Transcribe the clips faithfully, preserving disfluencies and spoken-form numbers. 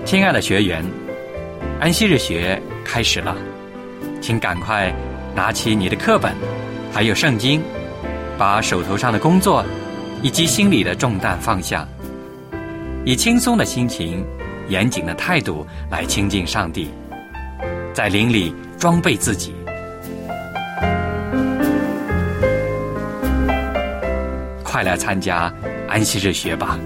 亲爱的学员，安息日学开始了，请赶快拿起你的课本，还有圣经，把手头上的工作以及心里的重担放下，以轻松的心情、严谨的态度来亲近上帝，在灵里装备自己。快来参加安息日学吧！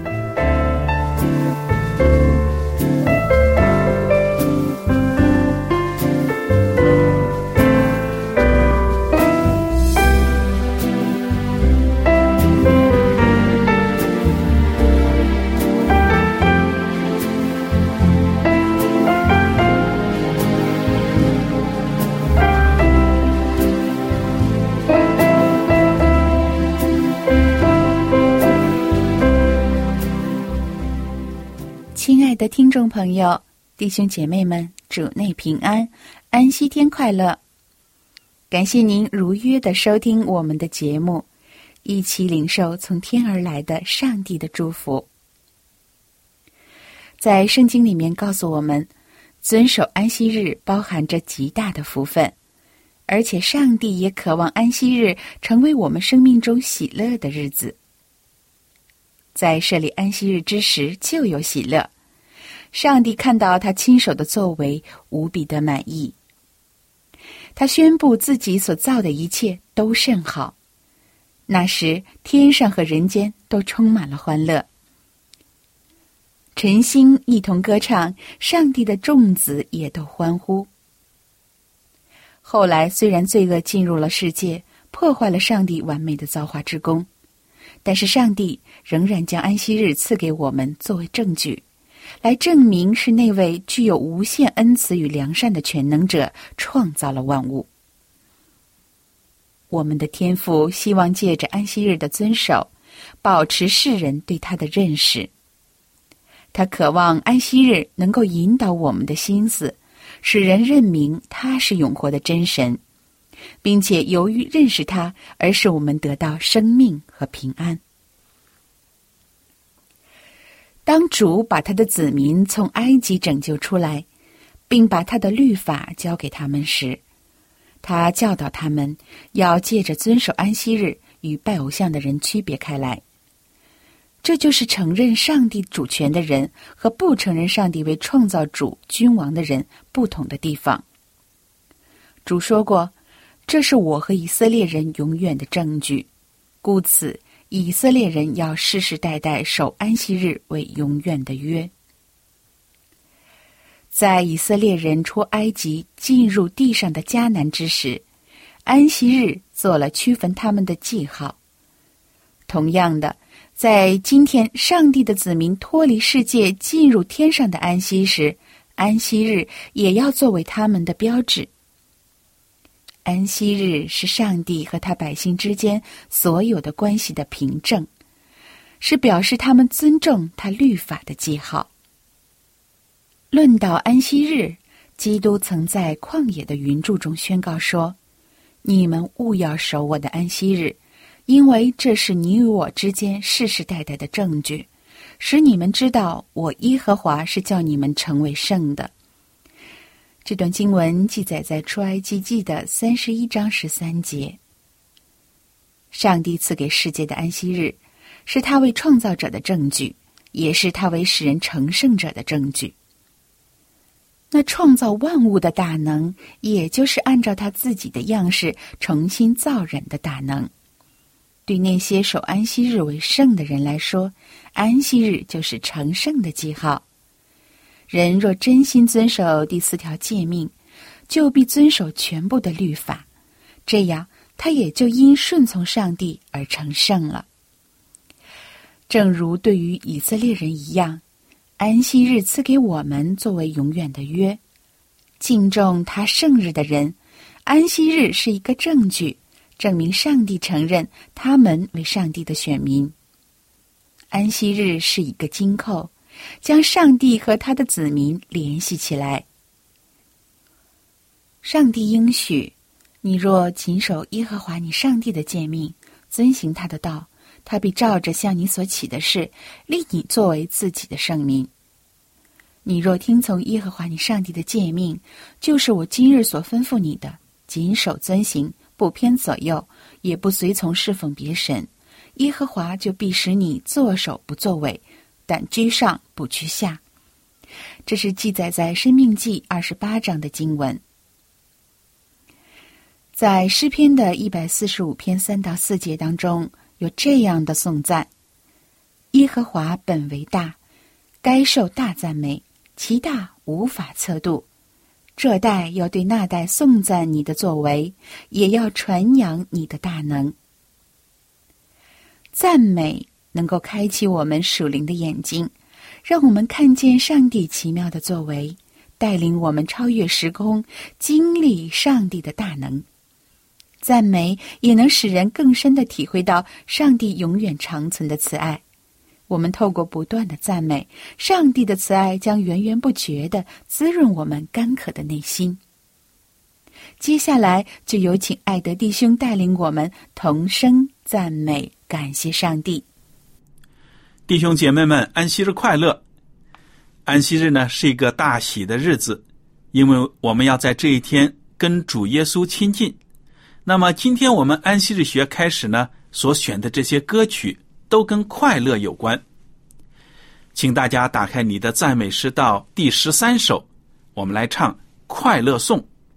亲爱的听众朋友，弟兄姐妹们，主内平安，安息天快乐！感谢您如约的收听我们的节目，一起领受从天而来的上帝的祝福。在圣经里面告诉我们，遵守安息日包含着极大的福分，而且上帝也渴望安息日成为我们生命中喜乐的日子。在设立安息日之时就有喜乐，上帝看到他亲手的作为，无比的满意。他宣布自己所造的一切都甚好，那时天上和人间都充满了欢乐。晨星一同歌唱，上帝的众子也都欢呼。后来虽然罪恶进入了世界，破坏了上帝完美的造化之功，但是上帝仍然将安息日赐给我们作为证据，来证明是那位具有无限恩慈与良善的全能者创造了万物。我们的天父希望借着安息日的遵守，保持世人对他的认识。他渴望安息日能够引导我们的心思，使人认明他是永活的真神，并且由于认识他而使我们得到生命和平安。当主把他的子民从埃及拯救出来，并把他的律法交给他们时，他教导他们要借着遵守安息日与拜偶像的人区别开来。这就是承认上帝主权的人和不承认上帝为创造主君王的人不同的地方。主说过，这是我和以色列人永远的证据，故此以色列人要世世代代守安息日为永远的约。在以色列人出埃及进入地上的迦南之时，安息日做了区分他们的记号。同样的，在今天上帝的子民脱离世界进入天上的安息时，安息日也要作为他们的标志。安息日是上帝和他百姓之间所有的关系的凭证，是表示他们尊重他律法的记号。论到安息日，基督曾在旷野的云柱中宣告说，你们务要守我的安息日，因为这是你与我之间世世代代的证据，使你们知道我耶和华是叫你们成为圣的。这段经文记载在出埃及记的三十一章十三节。上帝赐给世界的安息日，是他为创造者的证据，也是他为使人成圣者的证据。那创造万物的大能，也就是按照他自己的样式重新造人的大能。对那些守安息日为圣的人来说，安息日就是成圣的记号。人若真心遵守第四条诫命，就必遵守全部的律法，这样他也就因顺从上帝而成圣了。正如对于以色列人一样，安息日赐给我们作为永远的约。敬重他圣日的人，安息日是一个证据，证明上帝承认他们为上帝的选民。安息日是一个金扣，将上帝和他的子民联系起来。上帝应许，你若谨守耶和华你上帝的诫命，遵行他的道，他必照着向你所起的事，立你作为自己的圣民。 你若听从耶和华你上帝的诫命，就是我今日所吩咐你的，谨守遵行，不偏左右，也不随从侍奉别神，耶和华就必使你作首不作尾，但居上不居下。这是记载在申命记二十八章的经文。在诗篇的一百四十五篇三到四节当中，有这样的颂赞：耶和华本为大，该受大赞美，其大无法测度。这代要对那代颂赞你的作为，也要传扬你的大能。赞美能够开启我们属灵的眼睛，让我们看见上帝奇妙的作为，带领我们超越时空，经历上帝的大能。赞美也能使人更深地体会到上帝永远长存的慈爱。我们透过不断的赞美，上帝的慈爱将源源不绝地滋润我们干渴的内心。接下来就有请爱德弟兄带领我们同声赞美，感谢上帝。 弟兄姐妹们，安息日快乐！安息日呢是一个大喜的日子，因为我们要在这一天跟主耶稣亲近。那么今天我们安息日学开始呢，所选的这些歌曲都跟快乐有关。请大家打开你的赞美诗到第十三首，我们来唱快乐颂。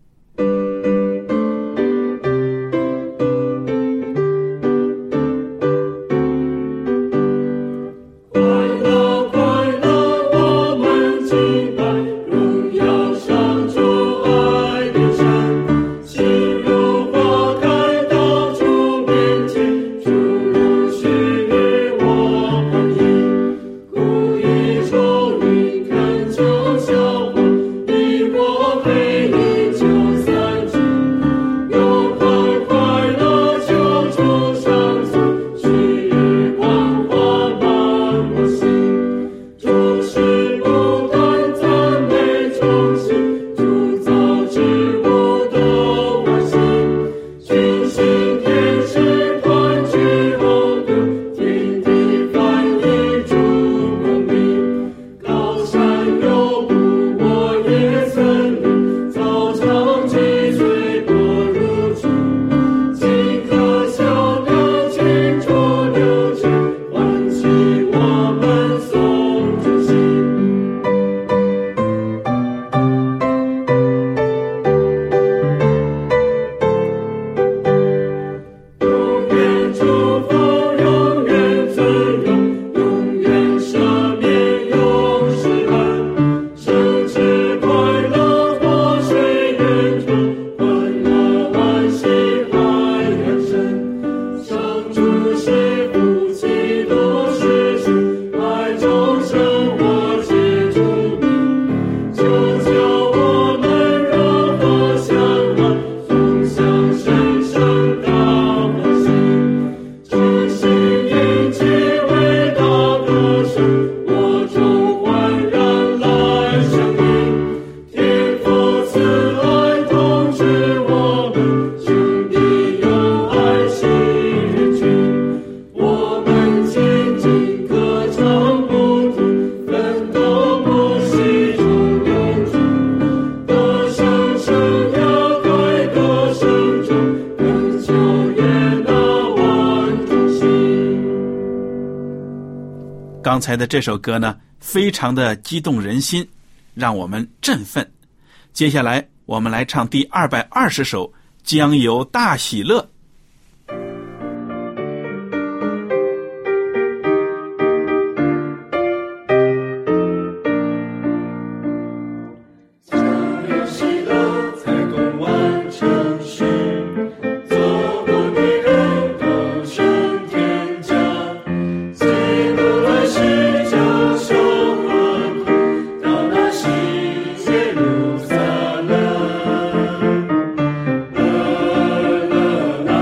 刚才的这首歌呢，非常的激动人心，让我们振奋。接下来我们来唱第二百二十首《将有大喜乐》。 啦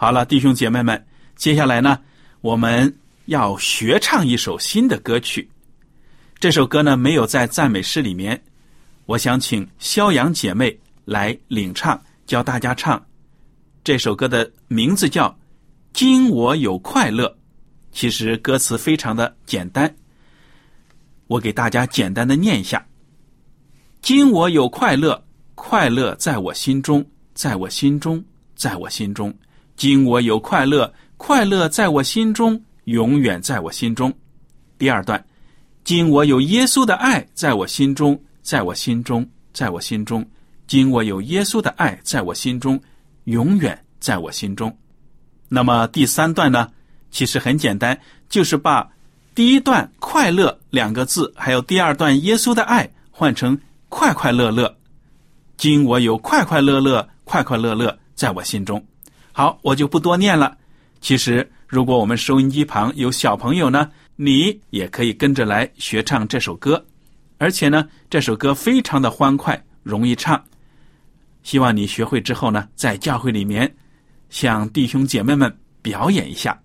好了，弟兄姐妹们，接下来呢，我们要学唱一首新的歌曲。这首歌呢没有在赞美诗里面，我想请肖阳姐妹来领唱，教大家唱。这首歌的名字叫《今我有快乐》，其实歌词非常的简单，我给大家简单的念一下：今我有快乐，快乐在我心中，在我心中，在我心中。今我有快乐，快乐在我心中，永远在我心中。第二段，今我有耶稣的爱在我心中，在我心中，在我心中。今我有耶稣的爱在我心中，永远在我心中。那么第三段呢，其实很简单，就是把第一段快乐两个字还有第二段耶稣的爱换成快快乐乐。今我有快快乐乐，快快乐乐在我心中。好，我就不多念了。其实如果我们收音机旁有小朋友呢，你也可以跟着来学唱这首歌，而且呢这首歌非常的欢快，容易唱。希望你学会之后呢，在教会里面向弟兄姐妹们表演一下。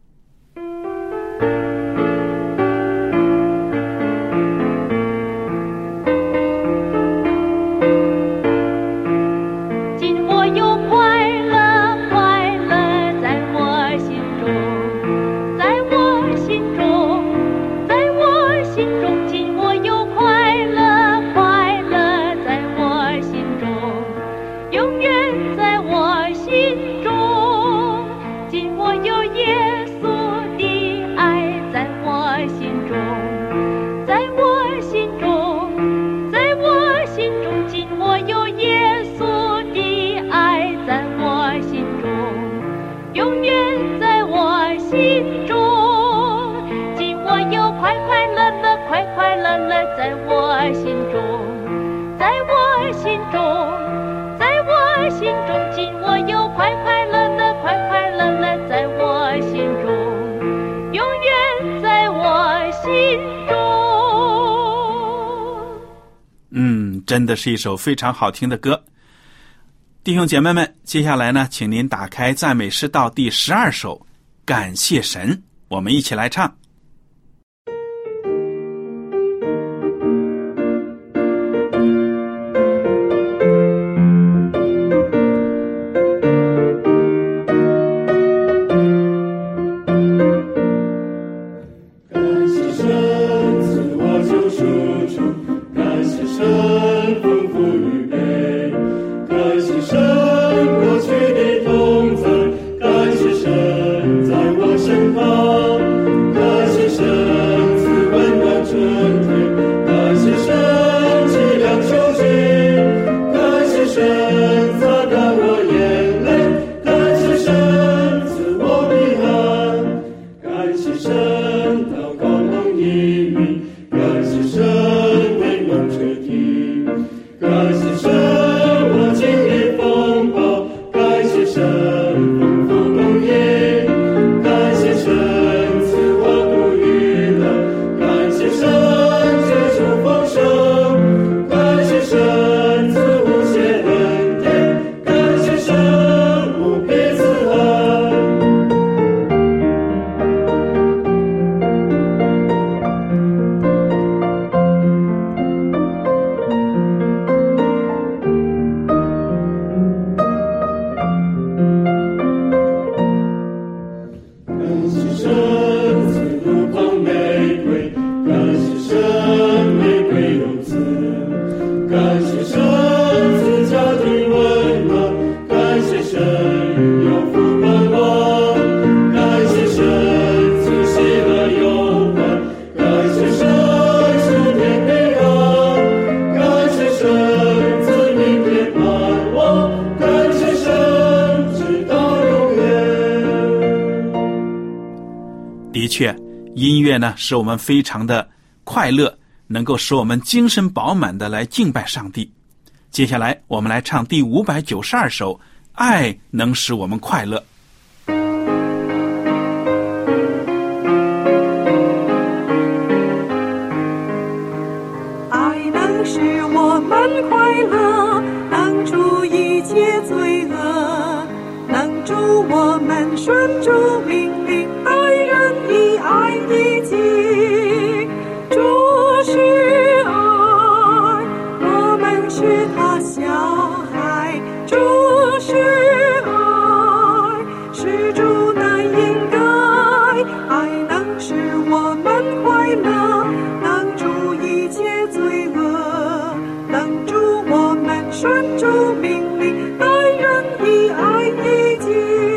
真的是一首非常好听的歌。弟兄姐妹们，接下来呢，请您打开赞美诗道第十二首，感谢神，我们一起来唱。的确，音乐呢使我们非常的快乐，能够使我们精神饱满的来敬拜上帝。接下来我们来唱第五百九十二首，爱能使我们快乐。 爱能使我们快乐，能除一切罪恶，能助我们顺主命令，待人以爱以己。主是爱，我们是他小孩。主是爱，是主那应该，爱能使我们快乐，能除一切罪恶，能助我们顺主命令，待人以爱以己。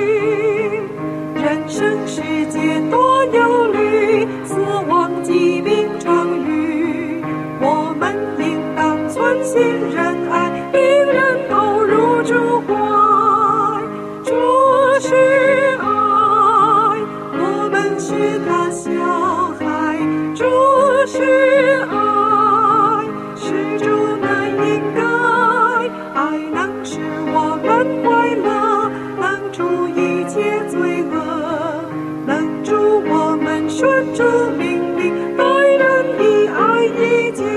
人生世界多忧虑，死亡疾病常遇，我们应当存心仁爱，令人投入主怀。主是爱，我们是他小孩。主是爱，是主那应该，爱能使我们快乐，能除一切罪恶，能助我们顺主命令，待人以爱以己。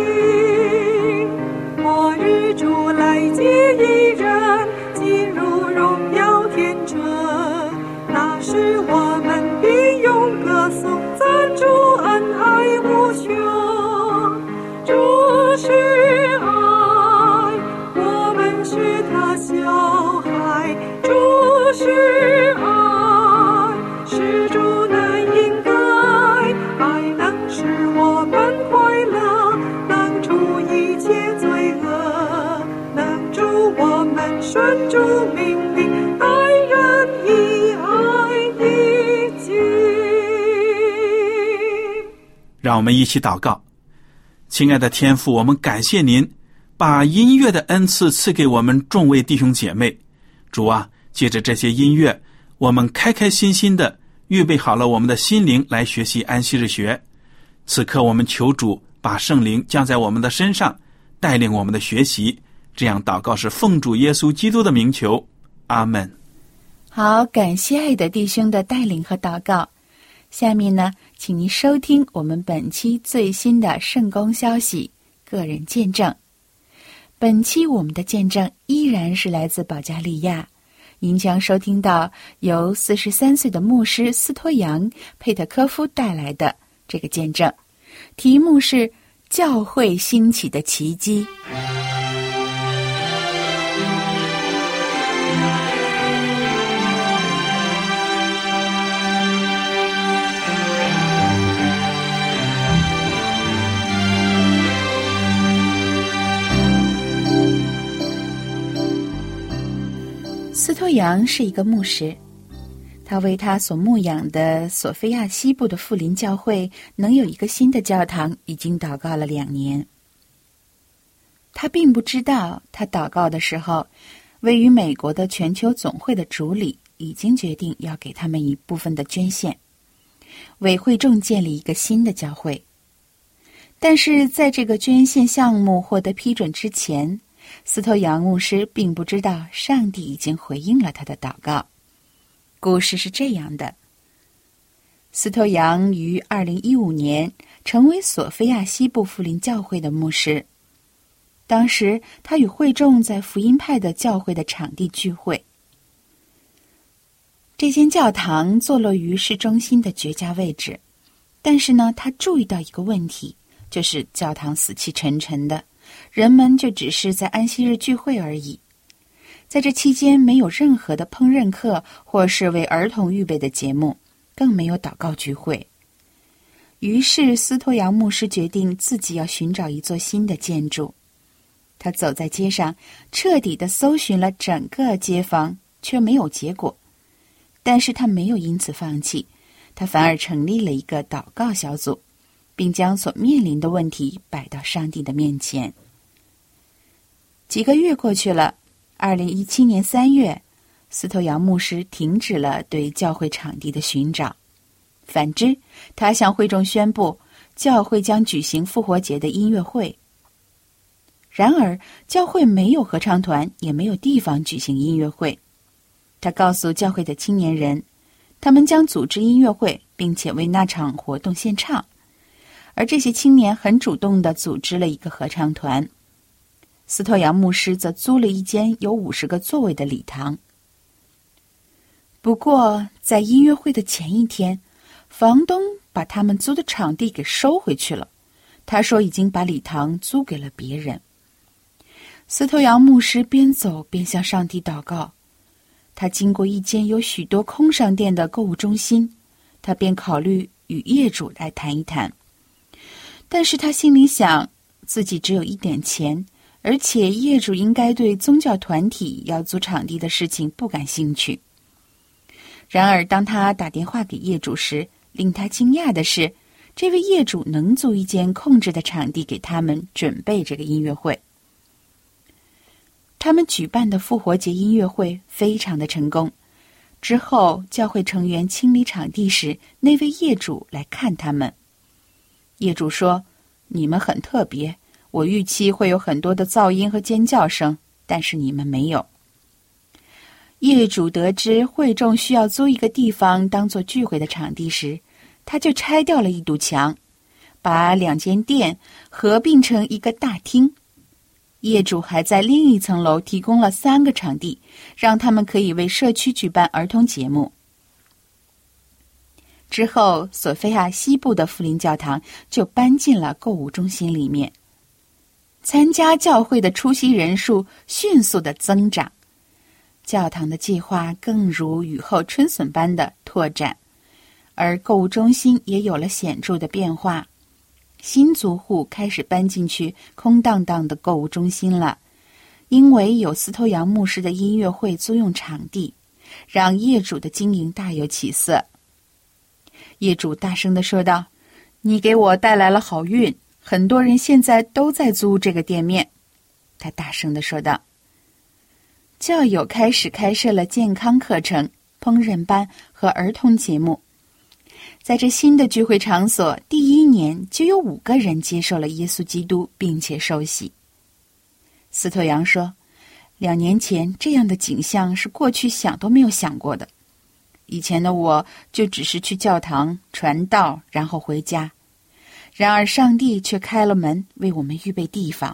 末日主来接一人进入荣耀天城，那时我们必用歌颂赞主恩爱无穷。主是爱，我们是他小孩。主是爱，是主那应该，爱能使我们快乐，能除一切罪恶，能助我们顺主命令，待人以爱以己。 让我们一起祷告。亲爱的天父，我们感谢您把音乐的恩赐赐给我们众位弟兄姐妹。主啊，借着这些音乐，我们开开心心的预备好了我们的心灵来学习安息日学。此刻我们求主把圣灵降在我们的身上，带领我们的学习。这样祷告是奉主耶稣基督的名求，阿们。 好，感谢爱的弟兄的带领和祷告。下面呢，请您收听我们本期最新的圣工消息，个人见证。本期我们的见证依然是来自保加利亚，您将收听到由四十三岁的牧师斯托扬佩特科夫带来的这个见证，题目是教会兴起的奇迹。斯托扬是一个牧师，他为他所牧养的索菲亚西部的富林教会能有一个新的教堂已经祷告了两年。他并不知道，他祷告的时候，位于美国的全球总会的主理已经决定要给他们一部分的捐献，为会众建立一个新的教会。但是在这个捐献项目获得批准之前，斯托扬牧师并不知道上帝已经回应了他的祷告。故事是这样的：斯托扬于二零一五年成为索菲亚西部福林教会的牧师。当时他与会众在福音派的教会的场地聚会。这间教堂坐落于市中心的绝佳位置，但是呢，他注意到一个问题，就是教堂死气沉沉的，人们就只是在安息日聚会而已。在这期间没有任何的烹饪课或是为儿童预备的节目，更没有祷告聚会。于是斯托扬牧师决定自己要寻找一座新的建筑。他走在街上，彻底地搜寻了整个街坊，却没有结果。但是他没有因此放弃，他反而成立了一个祷告小组，并将所面临的问题摆到上帝的面前。几个月过去了，二零一七年三月，斯托扬牧师停止了对教会场地的寻找。反之，他向会众宣布，教会将举行复活节的音乐会。然而，教会没有合唱团，也没有地方举行音乐会。他告诉教会的青年人，他们将组织音乐会，并且为那场活动献唱。而这些青年很主动地组织了一个合唱团。斯托扬牧师则租了一间有五十个座位的礼堂。 不过在音乐会的前一天，房东把他们租的场地给收回去了。他说已经把礼堂租给了别人。司头阳牧师边走边向上帝祷告。他经过一间有许多空商店的购物中心，他便考虑与业主来谈一谈。但是他心里想，自己只有一点钱，而且业主应该对宗教团体要租场地的事情不感兴趣。然而当他打电话给业主时，令他惊讶的是，这位业主能租一间空置的场地给他们准备这个音乐会。他们举办的复活节音乐会非常的成功。之后教会成员清理场地时，那位业主来看他们。业主说，你们很特别，我预期会有很多的噪音和尖叫声，但是你们没有。业主得知会众需要租一个地方当做聚会的场地时，他就拆掉了一堵墙，把两间店合并成一个大厅。业主还在另一层楼提供了三个场地，让他们可以为社区举办儿童节目。之后，索菲亚西部的福林教堂就搬进了购物中心里面。参加教会的出席人数迅速的增长，教堂的计划更如雨后春笋般的拓展，而购物中心也有了显著的变化。新租户开始搬进去空荡荡的购物中心了，因为有司头阳牧师的音乐会租用场地，让业主的经营大有起色。业主大声地说道，你给我带来了好运，很多人现在都在租这个店面。他大声地说道。教友开始开设了健康课程、烹饪班和儿童节目。在这新的聚会场所，第一年就有五个人接受了耶稣基督，并且受洗。司头阳说，两年前这样的景象是过去想都没有想过的。以前的我就只是去教堂传道，然后回家。然而上帝却开了门，为我们预备地方。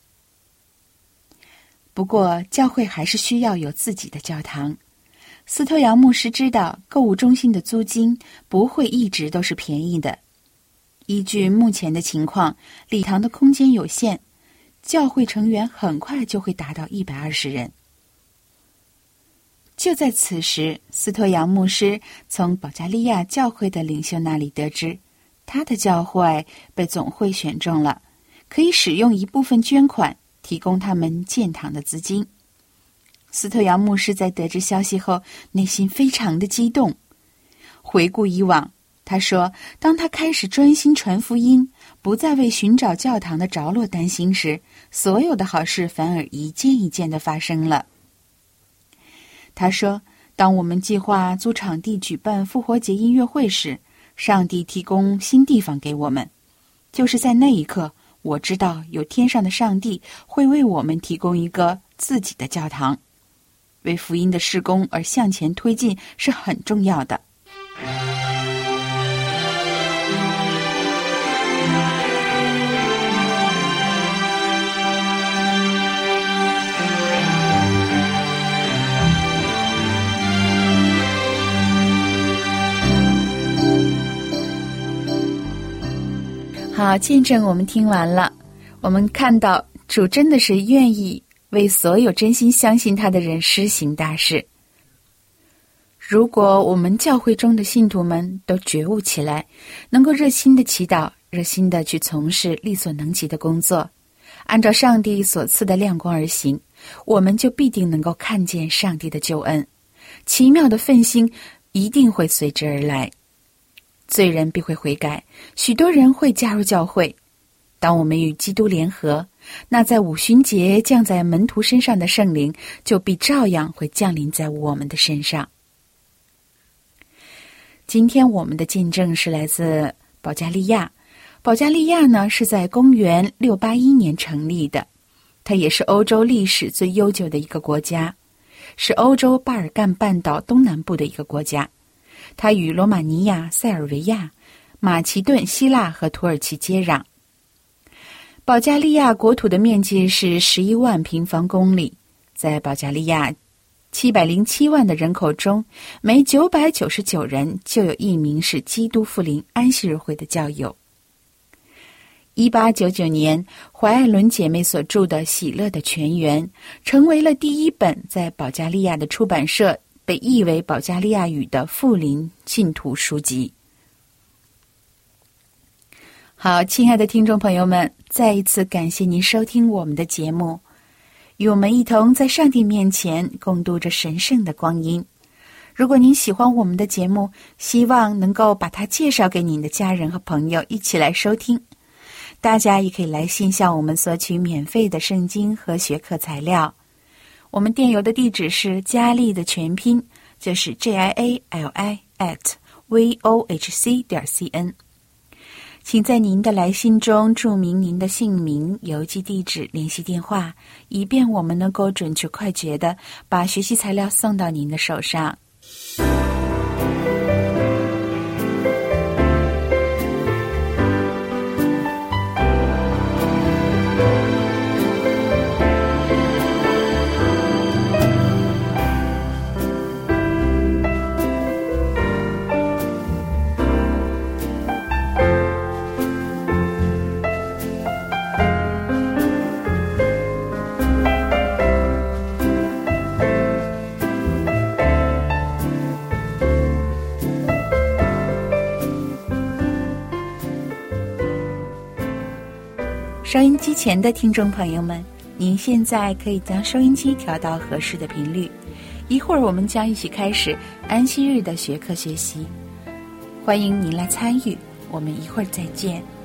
不过教会还是需要有自己的教堂。司头阳牧师知道购物中心的租金不会一直都是便宜的。依据目前的情况，礼堂的空间有限，教会成员很快就会达到一百二十人。就在此时，司头阳牧师从保加利亚教会的领袖那里得知，他的教会被总会选中了，可以使用一部分捐款提供他们建堂的资金。司头阳牧师在得知消息后，内心非常的激动。回顾以往，他说，当他开始专心传福音，不再为寻找教堂的着落担心时，所有的好事反而一件一件的发生了。他说，当我们计划租场地举办复活节音乐会时，上帝提供新地方给我们。就是在那一刻，我知道有天上的上帝会为我们提供一个自己的教堂。为福音的事工而向前推进是很重要的。好，见证我们听完了，我们看到主真的是愿意为所有真心相信他的人施行大事。如果我们教会中的信徒们都觉悟起来，能够热心的祈祷，热心的去从事力所能及的工作，按照上帝所赐的亮光而行，我们就必定能够看见上帝的救恩，奇妙的奋兴一定会随之而来。罪人必会悔改，许多人会加入教会。当我们与基督联合，那在五旬节降在门徒身上的圣灵就必照样会降临在我们的身上。今天我们的见证是来自保加利亚。保加利亚呢是在公元六八一年成立的，它也是欧洲历史最悠久的一个国家，是欧洲巴尔干半岛东南部的一个国家。它与罗马尼亚、塞尔维亚、马其顿、希腊和土耳其接壤。保加利亚国土的面积是十一万平方公里，在保加利亚七百零七万的人口中，每九百九十九人就有一名是基督复临安息日会的教友。一八九九年，怀爱伦姐妹所著的《喜乐的泉源》成为了第一本在保加利亚的出版社被译为保加利亚语的复临信徒书籍。好，亲爱的听众朋友们，再一次感谢您收听我们的节目，与我们一同在上帝面前共度着神圣的光阴。如果您喜欢我们的节目，希望能够把它介绍给您的家人和朋友一起来收听。大家也可以来信向我们索取免费的圣经和学课材料。我们电邮的地址是佳丽的全拼，就是 J I A L I at V O H C 点 C N。 请在您的来信中注明您的姓名、邮寄地址、联系电话，以便我们能够准确快捷地把学习材料送到您的手上。收音机前的听众朋友们，您现在可以将收音机调到合适的频率，一会儿我们将一起开始安息日的学课学习，欢迎您来参与，我们一会儿再见。